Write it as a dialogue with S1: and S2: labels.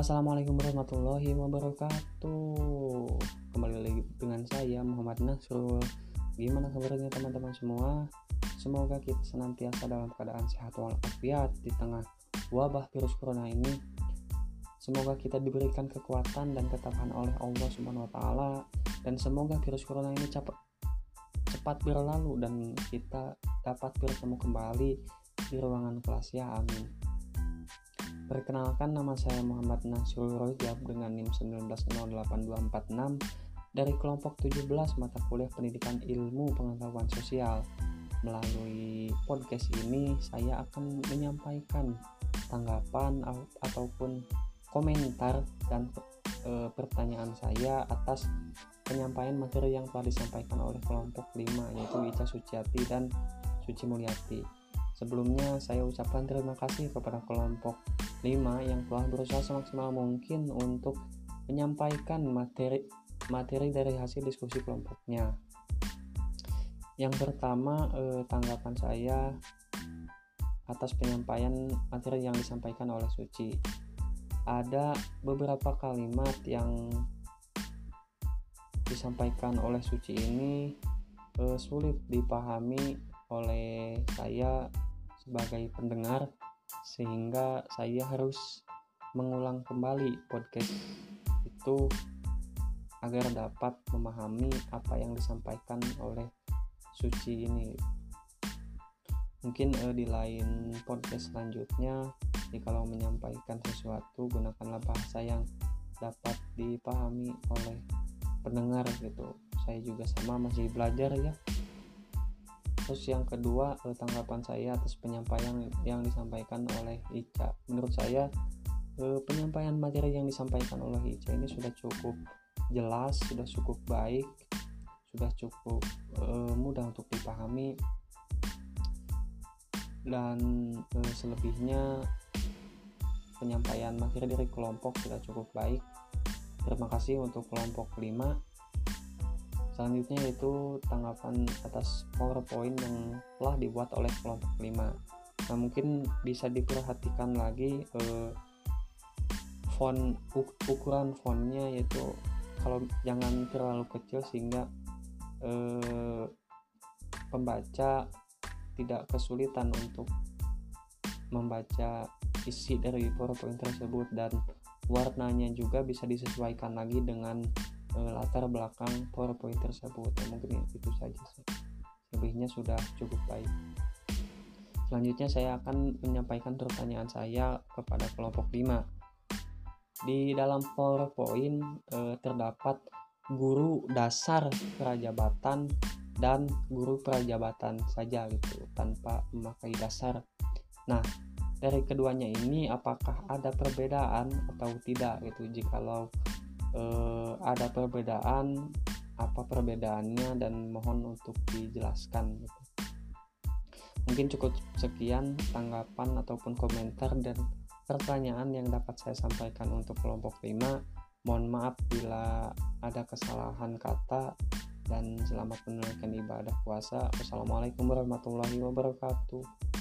S1: Assalamualaikum warahmatullahi wabarakatuh. Kembali lagi dengan saya Muhammad Nasrul. Gimana kabarnya teman-teman semua? Semoga kita senantiasa dalam keadaan sehat walafiat di tengah wabah virus corona ini. Semoga kita diberikan kekuatan dan ketabahan oleh Allah Subhanahu wa taala, dan semoga virus corona ini cepat berlalu dan kita dapat bertemu kembali di ruangan kelas, ya amin. Perkenalkan, nama saya Muhammad Nasrul Rojab dengan NIM 19088246 dari kelompok 17 mata kuliah Pendidikan Ilmu Pengetahuan Sosial. Melalui podcast ini saya akan menyampaikan tanggapan ataupun komentar dan pertanyaan saya atas penyampaian materi yang telah disampaikan oleh kelompok 5, yaitu Ica Suciati dan Suci Mulyati. Sebelumnya saya ucapkan terima kasih kepada kelompok 5 yang telah berusaha semaksimal mungkin untuk menyampaikan materi dari hasil diskusi kelompoknya. Yang pertama, tanggapan saya atas penyampaian materi yang disampaikan oleh Suci. Ada beberapa kalimat yang disampaikan oleh Suci ini sulit dipahami oleh saya sebagai pendengar, sehingga saya harus mengulang kembali podcast itu agar dapat memahami apa yang disampaikan oleh Suci ini. Mungkin di lain podcast selanjutnya, jikalau menyampaikan sesuatu, gunakanlah bahasa yang dapat dipahami oleh pendengar gitu. Saya juga sama, masih belajar ya. Terus yang kedua, tanggapan saya atas penyampaian yang disampaikan oleh Ica. Menurut saya penyampaian materi yang disampaikan oleh Ica ini sudah cukup jelas, sudah cukup baik, sudah cukup mudah untuk dipahami, dan selebihnya penyampaian materi dari kelompok sudah cukup baik. Terima kasih untuk kelompok 5. Selanjutnya yaitu tanggapan atas PowerPoint yang telah dibuat oleh kelompok 5. Nah, mungkin bisa diperhatikan lagi ukuran fontnya, yaitu kalau jangan terlalu kecil sehingga pembaca tidak kesulitan untuk membaca isi dari PowerPoint tersebut, dan warnanya juga bisa disesuaikan lagi dengan latar belakang PowerPoint tersebut. Mungkin itu saja sih. Selebihnya sudah cukup baik. Selanjutnya saya akan menyampaikan pertanyaan saya kepada kelompok 5. Di dalam PowerPoint terdapat guru dasar prajabatan dan guru prajabatan saja gitu, tanpa memakai dasar. Nah, dari keduanya ini apakah ada perbedaan atau tidak gitu? Jikalau ada perbedaan, apa perbedaannya, dan mohon untuk dijelaskan gitu. Mungkin cukup sekian tanggapan ataupun komentar dan pertanyaan yang dapat saya sampaikan untuk kelompok 5. Mohon maaf bila ada kesalahan kata, dan selamat menunaikan ibadah puasa. Wassalamualaikum warahmatullahi wabarakatuh.